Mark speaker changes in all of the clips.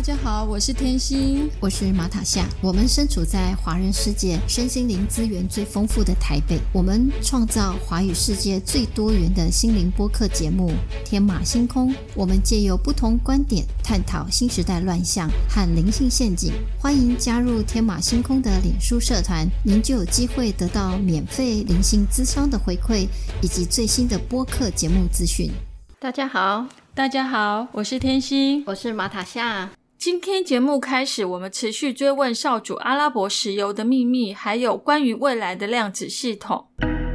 Speaker 1: 大家好，我是天心，
Speaker 2: 我是马塔夏。我们身处在华人世界身心灵资源最丰富的台北，我们创造华语世界最多元的心灵播客节目天马星空。我们借由不同观点探讨新时代乱象和灵性陷阱。欢迎加入天马星空的脸书社团，您就有机会得到免费灵性咨商的回馈，以及最新的播客节目资讯。
Speaker 3: 大家好，
Speaker 1: 大家好，我是天心，
Speaker 3: 我是马塔夏。
Speaker 1: 今天节目开始，我们持续追问少主阿拉伯石油的秘密，还有关于未来的量子系统。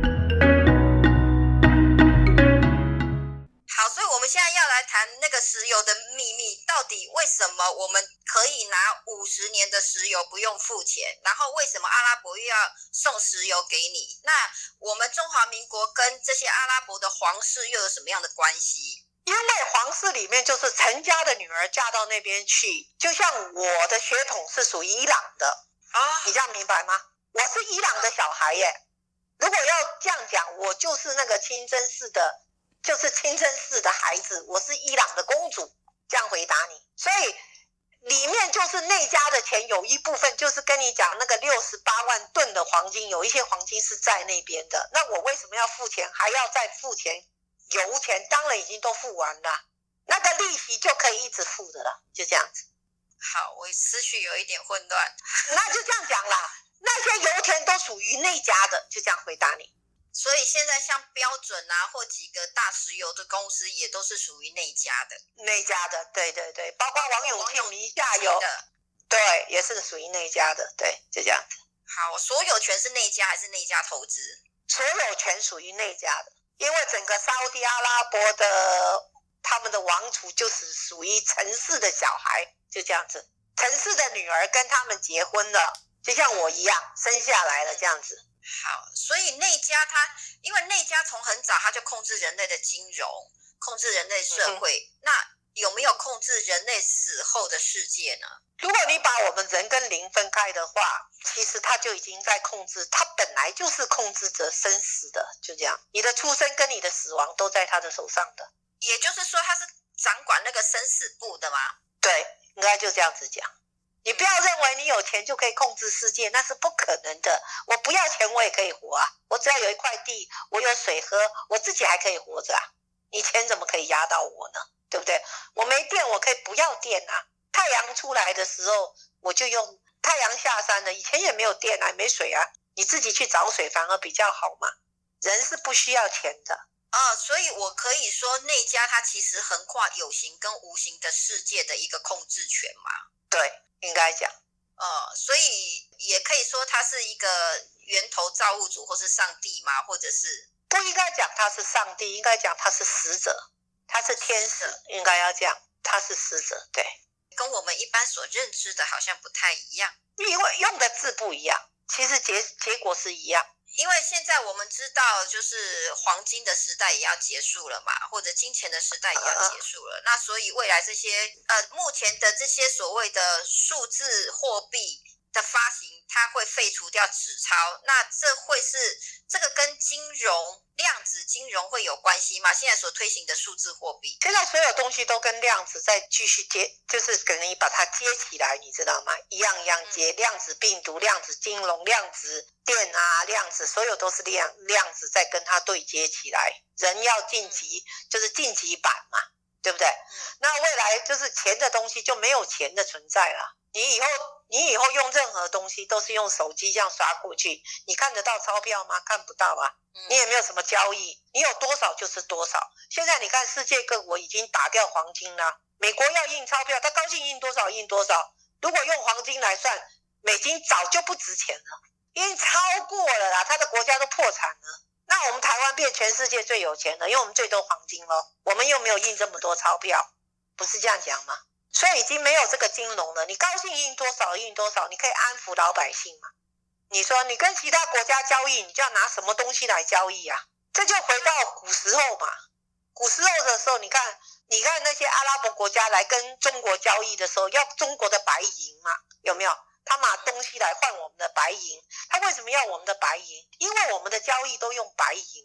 Speaker 4: 好，所以我们现在要来谈那个石油的秘密，到底为什么我们可以拿50年的石油不用付钱，然后为什么阿拉伯又要送石油给你？那我们中华民国跟这些阿拉伯的皇室又有什么样的关系？
Speaker 5: 因为皇室里面就是陈家的女儿嫁到那边去，就像我的血统是属于伊朗的啊，你这样明白吗？我是伊朗的小孩耶。如果要这样讲，我就是那个清真寺的，就是清真寺的孩子，我是伊朗的公主，这样回答你。所以里面就是内家的钱，有一部分就是跟你讲那个68万吨的黄金，有一些黄金是在那边的。那我为什么要付钱，还要再付钱？油钱当然已经都付完了，那个利息就可以一直付的了，就这样子。
Speaker 4: 好，我思绪有一点混乱。
Speaker 5: 那就这样讲啦，那些油钱都属于内家的，就这样回答你。
Speaker 4: 所以现在像标准啊，或几个大石油的公司也都是属于内家的。
Speaker 5: 内家的，对对对，包括王永庆名下有，对，也是属于内家的，对，就这样子。
Speaker 4: 好，所有权是内家还是内家投资？
Speaker 5: 所有权属于内家的。因为整个沙烏地阿拉伯的他们的王储就是属于城市的小孩，就这样子。城市的女儿跟他们结婚了，就像我一样生下来了这样子。
Speaker 4: 好，所以内家因为内家从很早他就控制人类的金融，控制人类社会，那有没有控制人类死后的世界呢？
Speaker 5: 如果你把我们人跟灵分开的话，其实他就已经在控制，他本来就是控制着生死的，就这样。你的出生跟你的死亡都在他的手上的。
Speaker 4: 也就是说他是掌管那个生死簿的吗？
Speaker 5: 对，应该就这样子讲。你不要认为你有钱就可以控制世界，那是不可能的。我不要钱我也可以活啊，我只要有一块地，我有水喝，我自己还可以活着啊。你钱怎么可以压到我呢？对不对？我没电我可以不要电啊。太阳出来的时候我就用，太阳下山了以前也没有电啊，没水啊，你自己去找水反而比较好嘛。人是不需要钱的。
Speaker 4: 所以我可以说内家它其实横跨有形跟无形的世界的一个控制权嘛。
Speaker 5: 对，应该讲。
Speaker 4: 所以也可以说它是一个源头造物主或是上帝嘛，或者是
Speaker 5: 不应该讲他是上帝，应该讲他是使者，他是天使，应该要讲他是使者。对，
Speaker 4: 跟我们一般所认知的好像不太一样，
Speaker 5: 因为用的字不一样，其实结果是一样。
Speaker 4: 因为现在我们知道就是黄金的时代也要结束了嘛，或者金钱的时代也要结束了，那所以未来这些目前的这些所谓的数字货币的发行，它会废除掉纸钞，那这个跟金融量子金融会有关系吗？现在所推行的数字货币，
Speaker 5: 现在所有东西都跟量子再继续接，就是可能你把它接起来，你知道吗？一样一样接，量子病毒、量子金融、量子电啊，量子所有都是量子在跟它对接起来。人要晋级，就是晋级版嘛，对不对？那未来就是钱的东西就没有钱的存在了。你以后用任何东西都是用手机这样刷过去，你看得到钞票吗？看不到啊。你也没有什么交易，你有多少就是多少。现在你看世界各国已经打掉黄金了，美国要印钞票，他高兴印多少印多少。如果用黄金来算，美金早就不值钱了，因为超过了啦，他的国家都破产了。那我们台湾变全世界最有钱了，因为我们最多黄金咯，我们又没有印这么多钞票，不是这样讲吗？所以已经没有这个金融了，你高兴印多少印多少，你可以安抚老百姓嘛。你说你跟其他国家交易，你就要拿什么东西来交易啊？这就回到古时候嘛。古时候的时候，你看那些阿拉伯国家来跟中国交易的时候，要中国的白银嘛，有没有？他拿东西来换我们的白银，他为什么要我们的白银？因为我们的交易都用白银嘛。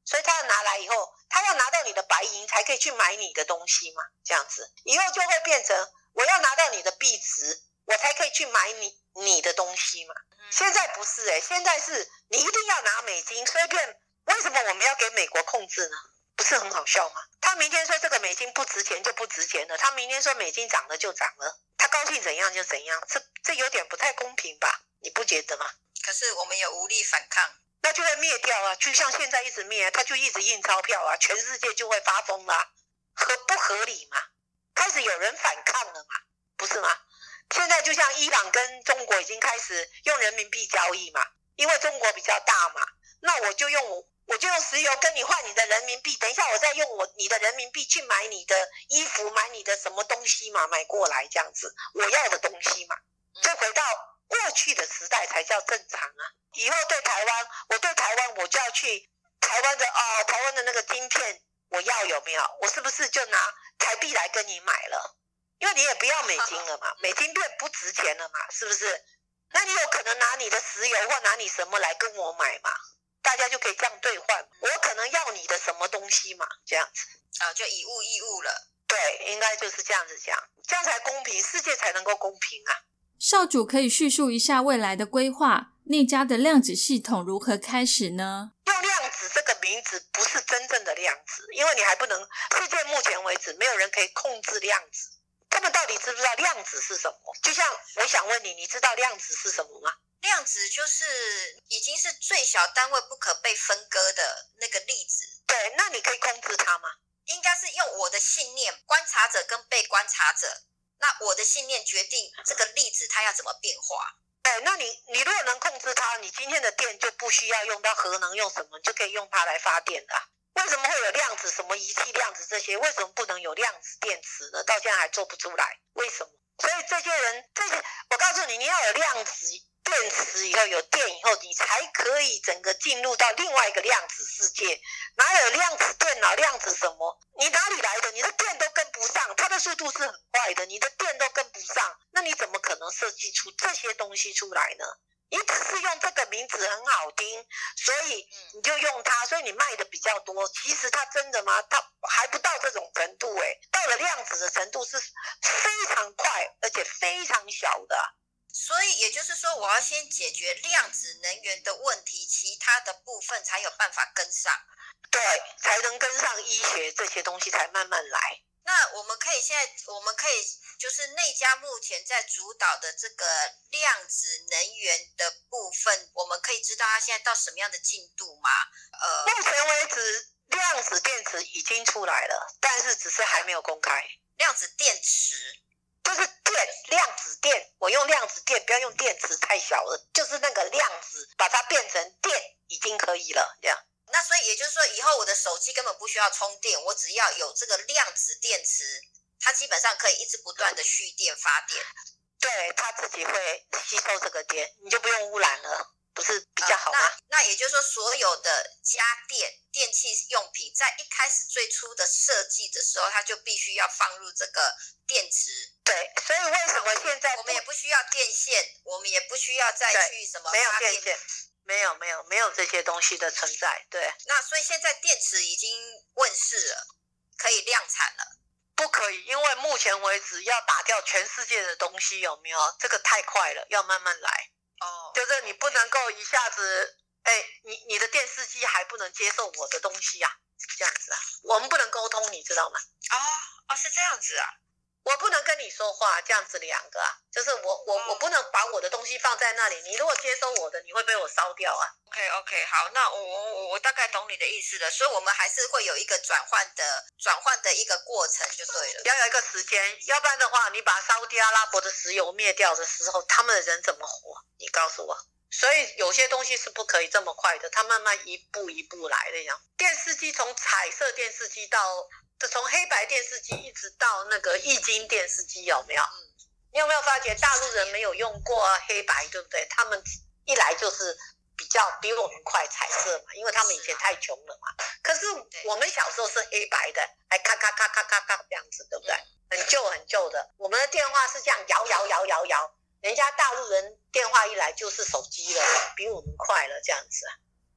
Speaker 5: 所以他要拿来以后，他要拿到你的白银才可以去买你的东西嘛，这样子以后就会变成我要拿到你的币值，我才可以去买你的东西嘛。现在不是现在是你一定要拿美金，随便。为什么我们要给美国控制呢？不是很好笑吗？他明天说这个美金不值钱就不值钱了，他明天说美金涨了就涨了，他高兴怎样就怎样，这有点不太公平吧？你不觉得吗？
Speaker 4: 可是我们有无力反抗，
Speaker 5: 那就会灭掉啊，就像现在一直灭，他就一直印钞票啊，全世界就会发疯啦，不合理嘛？开始有人反抗了嘛，不是吗？现在就像伊朗跟中国已经开始用人民币交易嘛，因为中国比较大嘛，那我就用石油跟你换你的人民币，等一下我再用你的人民币去买你的衣服，买你的什么东西嘛，买过来这样子，我要的东西嘛，就回到过去的时代才叫正常啊。以后对台湾，我就要去台湾的那个晶片，我要有没有？我是不是就拿台币来跟你买了？因为你也不要美金了嘛，美金变不值钱了嘛，是不是？那你有可能拿你的石油或拿你什么来跟我买嘛？大家就可以这样兑换，我可能要你的什么东西嘛，这样子
Speaker 4: 就以物易物了。
Speaker 5: 对，应该就是这样子讲，这样才公平，世界才能够公平啊。
Speaker 1: 少主可以叙述一下未来的规划，内家的量子系统如何开始呢？
Speaker 5: 用量子这个名字不是真正的量子，因为你还不能，世界目前为止没有人可以控制量子。他们到底知不知道量子是什么？就像我想问你，你知道量子是什么吗？
Speaker 4: 量子就是已经是最小单位不可被分割的那个粒子。
Speaker 5: 对，那你可以控制它吗？
Speaker 4: 应该是用我的信念，观察者跟被观察者，那我的信念决定这个粒子它要怎么变化。
Speaker 5: 对，那你如果能控制它，你今天的电就不需要用到核能，用什么就可以用它来发电的为什么会有量子，什么仪器量子这些？为什么不能有量子电池呢？到现在还做不出来，为什么？所以这些人，我告诉你，你要有量子电池以后，有电以后，你才可以整个进入到另外一个量子世界。哪有量子电脑、量子什么？你哪里来的？你的电都跟不上，它的速度是很快的，你的电都跟不上，那你怎么可能设计出这些东西出来呢？你只是用这个名字很好听，所以你就用它，所以你卖的比较多。其实它真的吗？它还不到这种程度到了量子的程度是非常快，而且非常小的。
Speaker 4: 所以也就是说，我要先解决量子能源的问题，其他的部分才有办法跟上。
Speaker 5: 对，才能跟上医学这些东西，才慢慢来。
Speaker 4: 那我们可以就是内家目前在主导的这个量子能源的部分，我们可以知道它现在到什么样的进度吗？
Speaker 5: 目前为止，量子电池已经出来了，但是只是还没有公开。
Speaker 4: 量子电池
Speaker 5: 就是量子电，我用量子电，不要用电池太小了，就是那个量子把它变成电已经可以了，这样。
Speaker 4: 那所以也就是说，以后我的手机根本不需要充电，我只要有这个量子电池，它基本上可以一直不断的蓄电发电。
Speaker 5: 对，它自己会吸收这个电，你就不用污染了，不是比较好吗？
Speaker 4: 那也就是说，所有的家电器用品在一开始最初的设计的时候，它就必须要放入这个电池。
Speaker 5: 对，所以为什么现在
Speaker 4: 我们也不需要电线，我们也不需要再去什么
Speaker 5: 没有电线，没有这些东西的存在。对，
Speaker 4: 那所以现在电池已经问世了，可以量产了。
Speaker 5: 不可以，因为目前为止要打掉全世界的东西，有没有？这个太快了，要慢慢来。就是你不能够一下子，你的电视机还不能接受我的东西啊，这样子啊，我们不能沟通，你知道吗？
Speaker 4: 是这样子啊。
Speaker 5: 我不能跟你说话，这样子两个啊，就是我不能把我的东西放在那里，你如果接收我的，你会被我烧掉啊。
Speaker 4: OK， 好，那我大概懂你的意思了，所以我们还是会有一个转换的一个过程就对了，
Speaker 5: 要有一个时间，要不然的话，你把沙烏地阿拉伯的石油灭掉的时候，他们的人怎么活？你告诉我。所以有些东西是不可以这么快的，它慢慢一步一步来的样。电视机从彩色电视机从黑白电视机一直到那个液晶电视机，有没有？你有没有发觉大陆人没有用过黑白，对不对？他们一来就是比我们快彩色嘛，因为他们以前太穷了嘛。可是我们小时候是黑白的，还咔咔咔咔咔咔这样子，对不对？很旧的。我们的电话是这样摇，人家大陆人电话一来就是手机了，比我们快了这样子。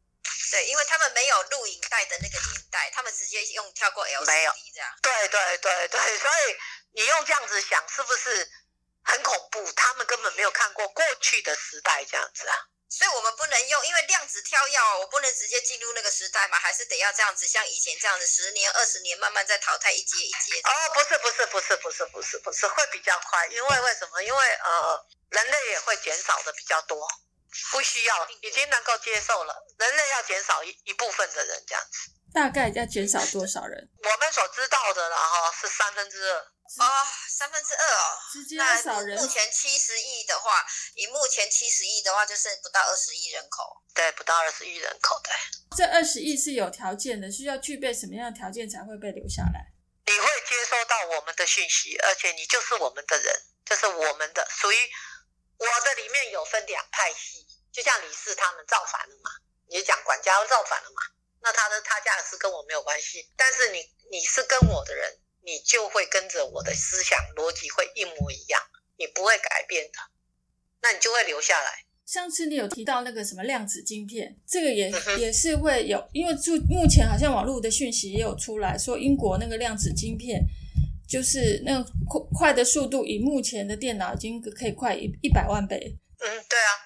Speaker 4: 对，因为他们没有录影带的那个年代，他们直接用跳过 LCD 这样。
Speaker 5: 对，所以你用这样子想，是不是很恐怖？他们根本没有看过过去的时代这样子啊。
Speaker 4: 所以我们不能用，因为量子跳跃我不能直接进入那个时代嘛，还是得要这样子，像以前这样子10年、20年慢慢再淘汰一阶一阶。
Speaker 5: 不是，会比较快，因为为什么？因为人类也会减少的比较多，不需要，已经能够接受了，人类要减少一部分的人这样子。
Speaker 1: 大概要减少多少人？
Speaker 5: 我们所知道的啦是2/3。
Speaker 4: 2/3哦，
Speaker 1: 直接要少人。
Speaker 4: 目前70亿的话，以目前70亿的话，就剩不到20亿人口。
Speaker 5: 对，不到20亿人口，对。
Speaker 1: 这20亿是有条件的，需要具备什么样的条件才会被留下来？
Speaker 5: 你会接收到我们的讯息，而且你就是我们的人，就是我们的，属于我的里面有分2派系，就像李四他们造反了嘛，你讲管家造反了嘛，那他家的事跟我没有关系，但是你是跟我的人，你就会跟着我的思想逻辑会一模一样，你不会改变的，那你就会留下来。
Speaker 1: 上次你有提到那个什么量子晶片，这个也是会有，因为目前好像网络的讯息也有出来说，英国那个量子晶片就是那个快的速度，以目前的电脑已经可以快100万倍。
Speaker 5: 对啊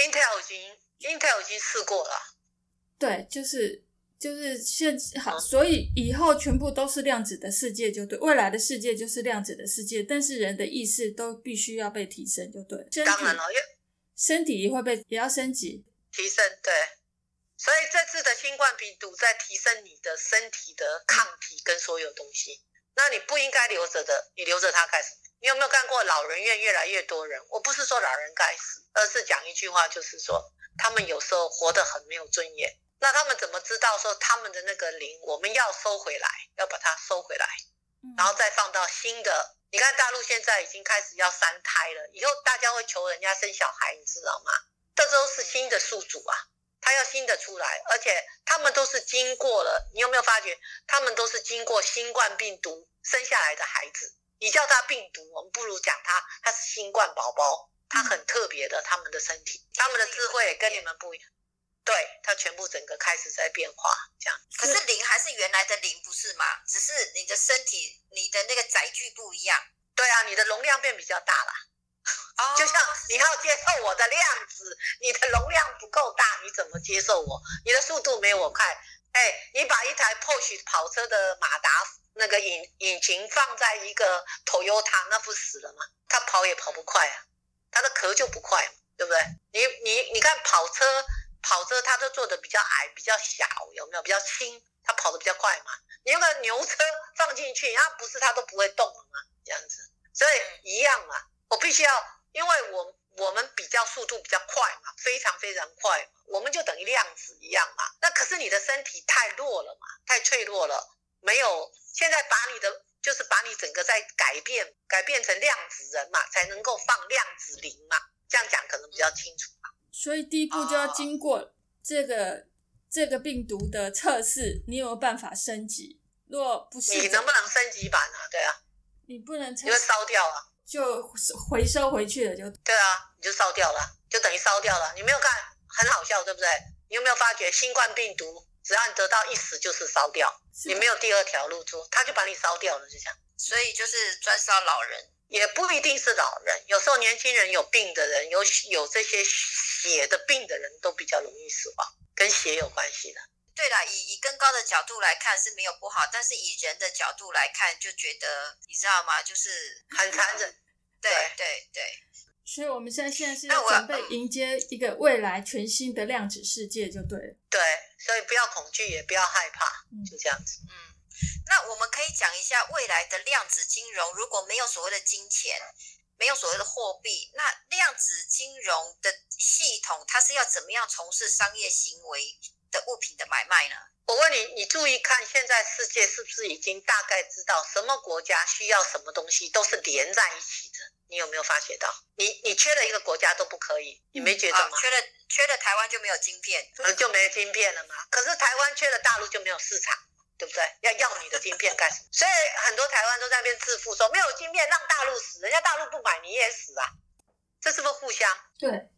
Speaker 5: ，Intel 已经试过了。
Speaker 1: 对，就是好，所以以后全部都是量子的世界就对，未来的世界就是量子的世界，但是人的意识都必须要被提升就对。
Speaker 5: 当然了，
Speaker 1: 身体也要升级
Speaker 5: 提升，对。所以这次的新冠病毒在提升你的身体的抗体跟所有东西，那你不应该留着的，你留着它干什么？你有没有看过老人院越来越多人？我不是说老人该死，而是讲一句话，就是说他们有时候活得很没有尊严。那他们怎么知道说他们的那个灵我们要收回来，要把它收回来，然后再放到新的？你看大陆现在已经开始要3胎了，以后大家会求人家生小孩，你知道吗？这都是新的宿主啊，他要新的出来，而且他们都是经过了，你有没有发觉他们都是经过新冠病毒生下来的孩子？你叫他病毒，我们不如讲他是新冠宝宝，他很特别的，他们的身体，他们的智慧也跟你们不一样。对，它全部整个开始在变化，这样。
Speaker 4: 可是灵还是原来的灵，不是吗？只是你的身体，你的那个载具不一样。
Speaker 5: 对啊，你的容量变比较大啦。就像你要接受我的量子，你的容量不够大，你怎么接受我？你的速度没有我快。你把一台 Porsche 跑车的马达那个引擎放在一个 Toyota， 那不死了吗？它跑也跑不快啊，它的壳就不快嘛，对不对？你看跑车它都做的比较矮比较小，有没有？比较轻，它跑得比较快嘛。你有个牛车放进去，不是它都不会动了吗？这样子，所以一样嘛。我必须要，因为我们比较速度比较快嘛，非常非常快嘛，我们就等于量子一样嘛。那可是你的身体太弱了嘛，太脆弱了，没有。现在就是把你整个再改变成量子人嘛，才能够放量子灵嘛。这样讲可能比较清楚嘛。
Speaker 1: 所以第一步就要经过这个病毒的测试，你有没有办法升级？如果不是，
Speaker 5: 你能不能升级版啊？对啊，
Speaker 1: 你不能，
Speaker 5: 你会烧掉啊，
Speaker 1: 就回收回去了就。对
Speaker 5: 啊，你就烧掉了，就等于烧掉了。你没有看，很好笑，对不对？你有没有发觉新冠病毒，只要你得到一死就是烧掉，你没有第二条路出，它就把你烧掉了，就这样。
Speaker 4: 所以就是专烧老人。
Speaker 5: 也不一定是老人，有时候年轻人有病的人，有这些血的病的人都比较容易死亡，跟血有关系的。
Speaker 4: 对啦，以更高的角度来看是没有不好，但是以人的角度来看，就觉得你知道吗？就是
Speaker 5: 很残忍。
Speaker 4: 对。
Speaker 1: 所以我们现在是要准备迎接一个未来全新的量子世界，就对了。
Speaker 5: 对，所以不要恐惧，也不要害怕，就这样子。
Speaker 4: 那我们可以讲一下未来的量子金融，如果没有所谓的金钱，没有所谓的货币，那量子金融的系统它是要怎么样从事商业行为的物品的买卖呢？
Speaker 5: 我问你，你注意看现在世界是不是已经大概知道什么国家需要什么东西都是连在一起的？你有没有发觉到？你缺了一个国家都不可以，你没觉得吗？
Speaker 4: 缺了台湾就没有晶片，
Speaker 5: 就没有晶片了嘛。可是台湾缺了大陆就没有市场，对不对？要你的晶片干什么？所以很多台湾都在那边自负说没有晶片让大陆死，人家大陆不买你也死啊，这是不是互相？
Speaker 1: 对。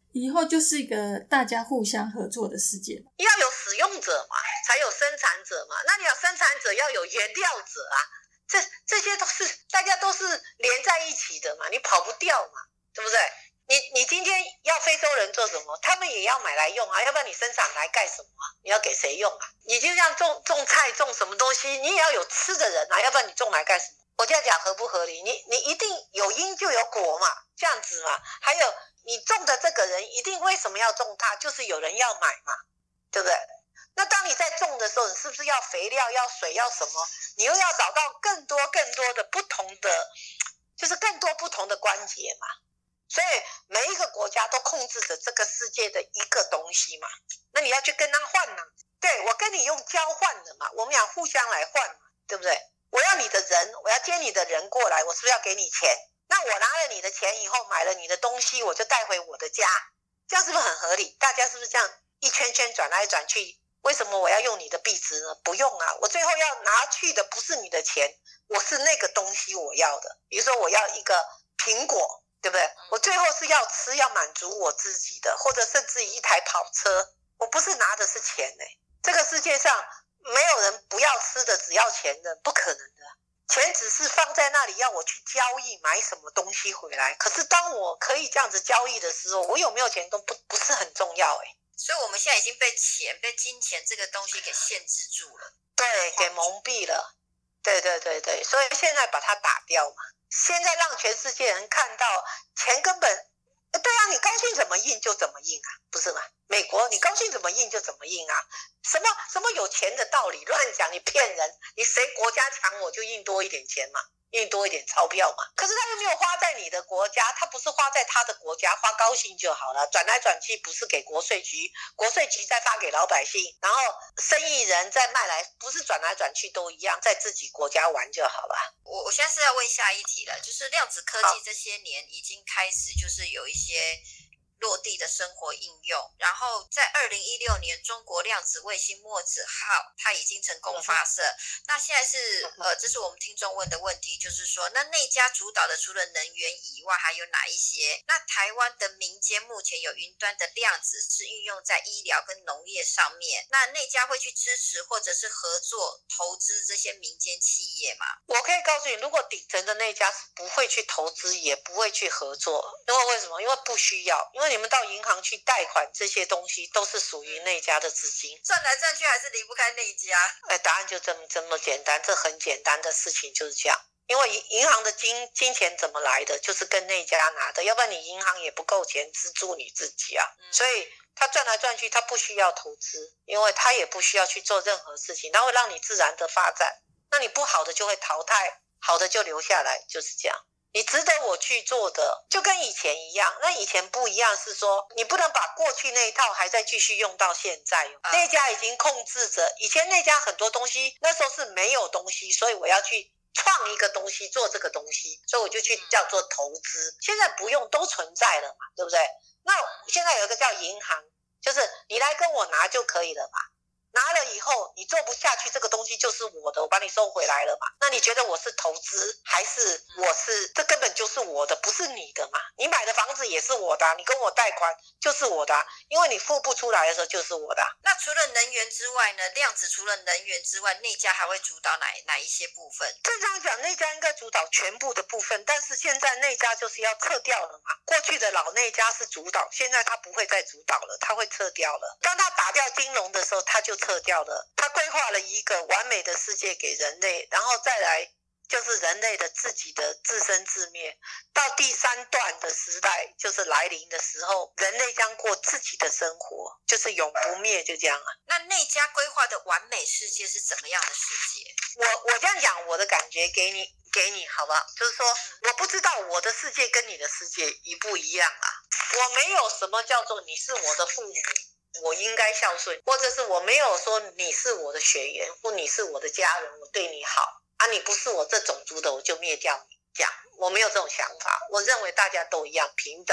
Speaker 1: 以后就是一个大家互相合作的世界。
Speaker 5: 要有使用者嘛，才有生产者嘛。那你要生产者要有原料者啊，这些都是大家都是连在一起的嘛，你跑不掉嘛，对不对？你今天要非洲人做什么，他们也要买来用啊，要不然你生产来干什么啊？你要给谁用啊？你就像种菜种什么东西，你也要有吃的人啊，要不然你种来干什么？我这样讲合不合理？你一定有因就有果嘛，这样子嘛。还有你种的这个人一定为什么要种它，就是有人要买嘛，对不对？那当你在种的时候，你是不是要肥料要水要什么？你又要找到更多的不同的，就是更多不同的关节嘛。所以每一个国家都控制着这个世界的一个东西嘛，那你要去跟他换嘛。对，我跟你用交换的嘛，我们俩互相来换嘛，对不对？我要你的人，我要接你的人过来，我是不是要给你钱？那我拿了你的钱以后，买了你的东西，我就带回我的家，这样是不是很合理？大家是不是这样一圈圈转来转去？为什么我要用你的币值呢？不用啊，我最后要拿去的不是你的钱，我是那个东西我要的。比如说我要一个苹果，对不对？我最后是要吃，要满足我自己的，或者甚至一台跑车，我不是拿的是钱呢。这个世界上没有人不要吃的只要钱的，不可能的。钱只是放在那里要我去交易买什么东西回来，可是当我可以这样子交易的时候，我有没有钱都不是很重要诶。
Speaker 4: 所以我们现在已经被金钱这个东西给限制住了，
Speaker 5: 对，给蒙蔽了。对，所以现在把它打掉嘛。现在让全世界人看到钱根本，对啊，你高兴怎么印就怎么印啊，不是吗？美国你高兴怎么印就怎么印啊，什么有钱的道理，乱讲，你骗人，你谁国家强我就印多一点钱嘛，印多一点钞票嘛。可是他又没有花在你的国家，他不是花在他的国家，花高兴就好了，转来转去不是给国税局，国税局再发给老百姓，然后生意人再卖来，不是转来转去都一样，在自己国家玩就好了。
Speaker 4: 我现在是要问下一题了，就是量子科技这些年已经开始就是有一些落地的生活应用，然后在2016年中国量子卫星墨子号它已经成功发射。那现在是这是我们听众问的问题，就是说那内家主导的除了能源以外还有哪一些？那台湾的民间目前有云端的量子是运用在医疗跟农业上面，那内家会去支持或者是合作投资这些民间企业吗？
Speaker 5: 我可以告诉你，如果顶层的那家是不会去投资也不会去合作，因为什么？因为不需要，因为你们到银行去贷款这些东西都是属于那家的资金，
Speaker 4: 转来转去还是离不开那家。
Speaker 5: 答案就这么简单，这很简单的事情就是这样。因为银行的金钱怎么来的，就是跟那家拿的，要不然你银行也不够钱资助你自己啊。所以他转来转去，他不需要投资，因为他也不需要去做任何事情，他会让你自然的发展。那你不好的就会淘汰，好的就留下来，就是这样。你值得我去做的就跟以前一样，那以前不一样是说你不能把过去那一套还在继续用到现在。那家已经控制着，以前那家很多东西那时候是没有东西，所以我要去创一个东西做这个东西，所以我就去叫做投资。现在不用，都存在了嘛，对不对？那现在有一个叫银行，就是你来跟我拿就可以了嘛。拿了以后你做不下去，这个东西就是我的，我把你收回来了嘛。那你觉得我是投资还是这根本就是我的，不是你的嘛。你买的房子也是我的，你跟我贷款就是我的，因为你付不出来的时候就是我的。
Speaker 4: 那除了能源之外呢，量子除了能源之外，内家还会主导哪一些部分？
Speaker 5: 正常讲内家应该主导全部的部分，但是现在内家就是要撤掉了嘛。过去的老内家是主导，现在他不会再主导了，他会撤掉了。当他打掉金融的时候，他就撤掉了。他规划了一个完美的世界给人类，然后再来就是人类的自己的自生自灭。到第三段的时代就是来临的时候，人类将过自己的生活，就是永不灭，就这样啊。
Speaker 4: 那内家规划的完美世界是怎么样的世界？
Speaker 5: 我这样讲，我的感觉给你好不好？就是说我不知道我的世界跟你的世界一不一样啊。我没有什么叫做你是我的父母我应该孝顺，或者是我没有说你是我的血缘或你是我的家人我对你好啊，你不是我这种族的我就灭掉你，这样我没有这种想法。我认为大家都一样平等，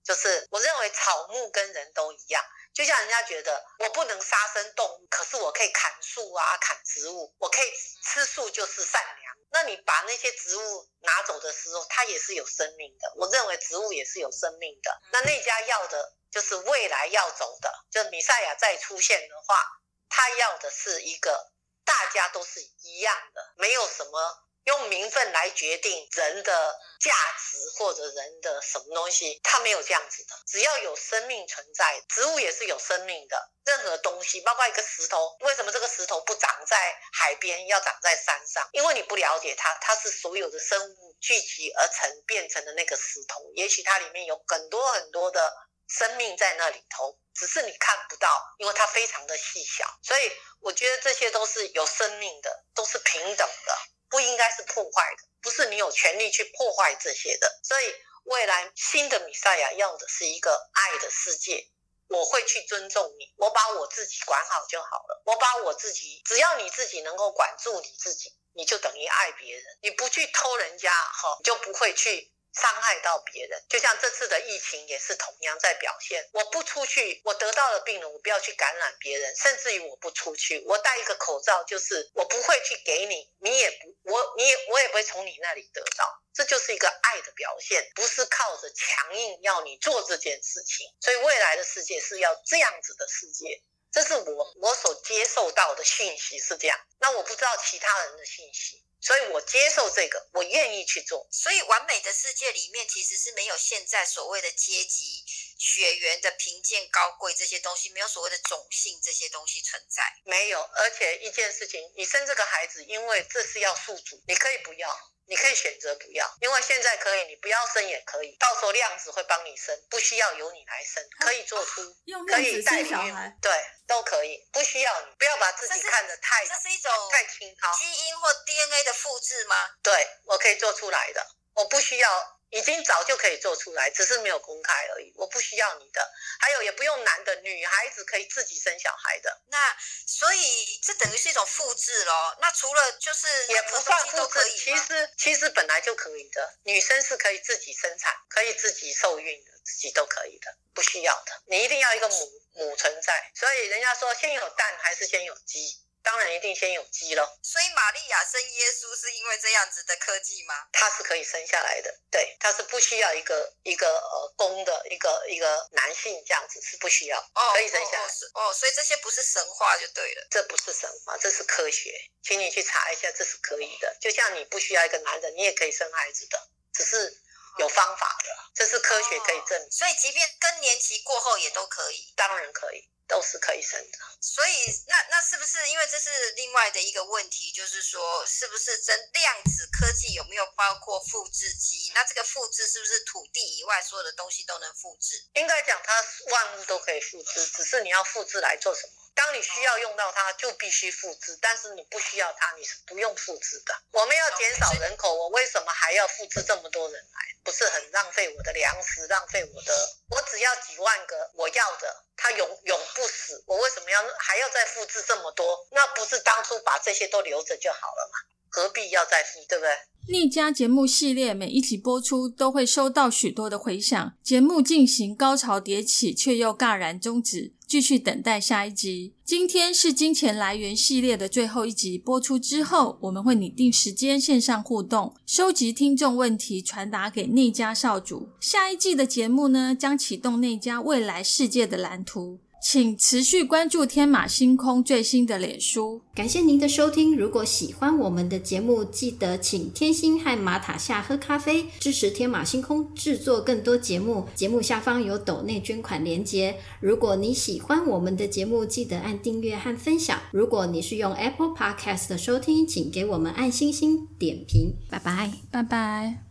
Speaker 5: 就是我认为草木跟人都一样，就像人家觉得我不能杀生动物，可是我可以砍树啊，砍植物，我可以吃素就是善良。那你把那些植物拿走的时候，它也是有生命的。我认为植物也是有生命的。那内家要的就是未来要走的，就弥赛亚再出现的话，他要的是一个大家都是一样的，没有什么用名分来决定人的价值或者人的什么东西，它没有这样子的。只要有生命存在，植物也是有生命的，任何东西包括一个石头，为什么这个石头不长在海边，要长在山上？因为你不了解它，它是所有的生物聚集而成变成的那个石头，也许它里面有很多很多的生命在那里头，只是你看不到，因为它非常的细小。所以我觉得这些都是有生命的，都是平等的，不应该是破坏的，不是你有权利去破坏这些的。所以未来新的弥赛亚要的是一个爱的世界，我会去尊重你，我把我自己管好就好了，我把我自己，只要你自己能够管住你自己，你就等于爱别人，你不去偷人家你就不会去伤害到别人。就像这次的疫情也是同样在表现，我不出去，我得到了病人，我不要去感染别人，甚至于我不出去，我戴一个口罩，就是我不会去给你，你也不我也不会从你那里得到。这就是一个爱的表现，不是靠着强硬要你做这件事情。所以未来的世界是要这样子的世界，这是我所接受到的讯息是这样。那我不知道其他人的讯息，所以我接受这个，我愿意去做。
Speaker 4: 所以完美的世界里面其实是没有现在所谓的阶级、血缘的贫贱高贵这些东西，没有所谓的种姓这些东西存在，
Speaker 5: 没有。而且一件事情，你生这个孩子，因为这是要宿主，你可以不要，你可以选择不要，因为现在可以，你不要生也可以，到时候量子会帮你生，不需要由你来生，可以做出，
Speaker 1: 用量子生小孩，
Speaker 5: 对，都可以，不需要你，不要把自己看得太，
Speaker 4: 这是一种
Speaker 5: 太轻佻，
Speaker 4: 基因或 DNA 的复制吗？
Speaker 5: 对，我可以做出来的，我不需要，已经早就可以做出来，只是没有公开而已，我不需要你的。还有也不用男的，女孩子可以自己生小孩的。
Speaker 4: 那所以这等于是一种复制咯。那除了就是
Speaker 5: 也不算复制，其实本来就可以的，女生是可以自己生产，可以自己受孕的，自己都可以的，不需要的。你一定要一个母存在，所以人家说先有蛋还是先有鸡？当然一定先有鸡咯。
Speaker 4: 所以玛利亚生耶稣是因为这样子的科技吗？
Speaker 5: 它是可以生下来的，对，它是不需要一个公的一个男性这样子，是不需要，可以生下来。
Speaker 4: 所以这些不是神话就对了。
Speaker 5: 这不是神话，这是科学，请你去查一下，这是可以的。就像你不需要一个男人，你也可以生孩子的，只是有方法的，这是科学可以证明。
Speaker 4: 所以即便更年期过后也都可以？
Speaker 5: 当然可以，都是可以生的。
Speaker 4: 所以那是不是因为这是另外的一个问题，就是说是不是量子科技有没有包括复制机？那这个复制是不是土地以外所有的东西都能复制？
Speaker 5: 应该讲它万物都可以复制，只是你要复制来做什么。当你需要用到它就必须复制，但是你不需要它你是不用复制的。我们要减少人口，我为什么还要复制这么多人来？不是很浪费我的粮食，浪费我只要几万个我要的，它永不死，我为什么还要再复制这么多？那不是当初把这些都留着就好了吗？何必要再复，对不对？
Speaker 1: 逆家节目系列每一集播出都会收到许多的回响，节目进行高潮迭起却又戛然终止，继续等待下一集。今天是金钱来源系列的最后一集，播出之后我们会拟定时间线上互动，收集听众问题传达给内家少主。下一季的节目呢，将启动内家未来世界的蓝图，请持续关注天马星空最新的脸书。
Speaker 2: 感谢您的收听，如果喜欢我们的节目，记得请天心和马塔夏喝咖啡，支持天马星空制作更多节目。节目下方有抖内捐款连结。如果你喜欢我们的节目，记得按订阅和分享。如果你是用 Apple Podcast 的收听，请给我们按星星点评。拜拜，
Speaker 1: 拜拜。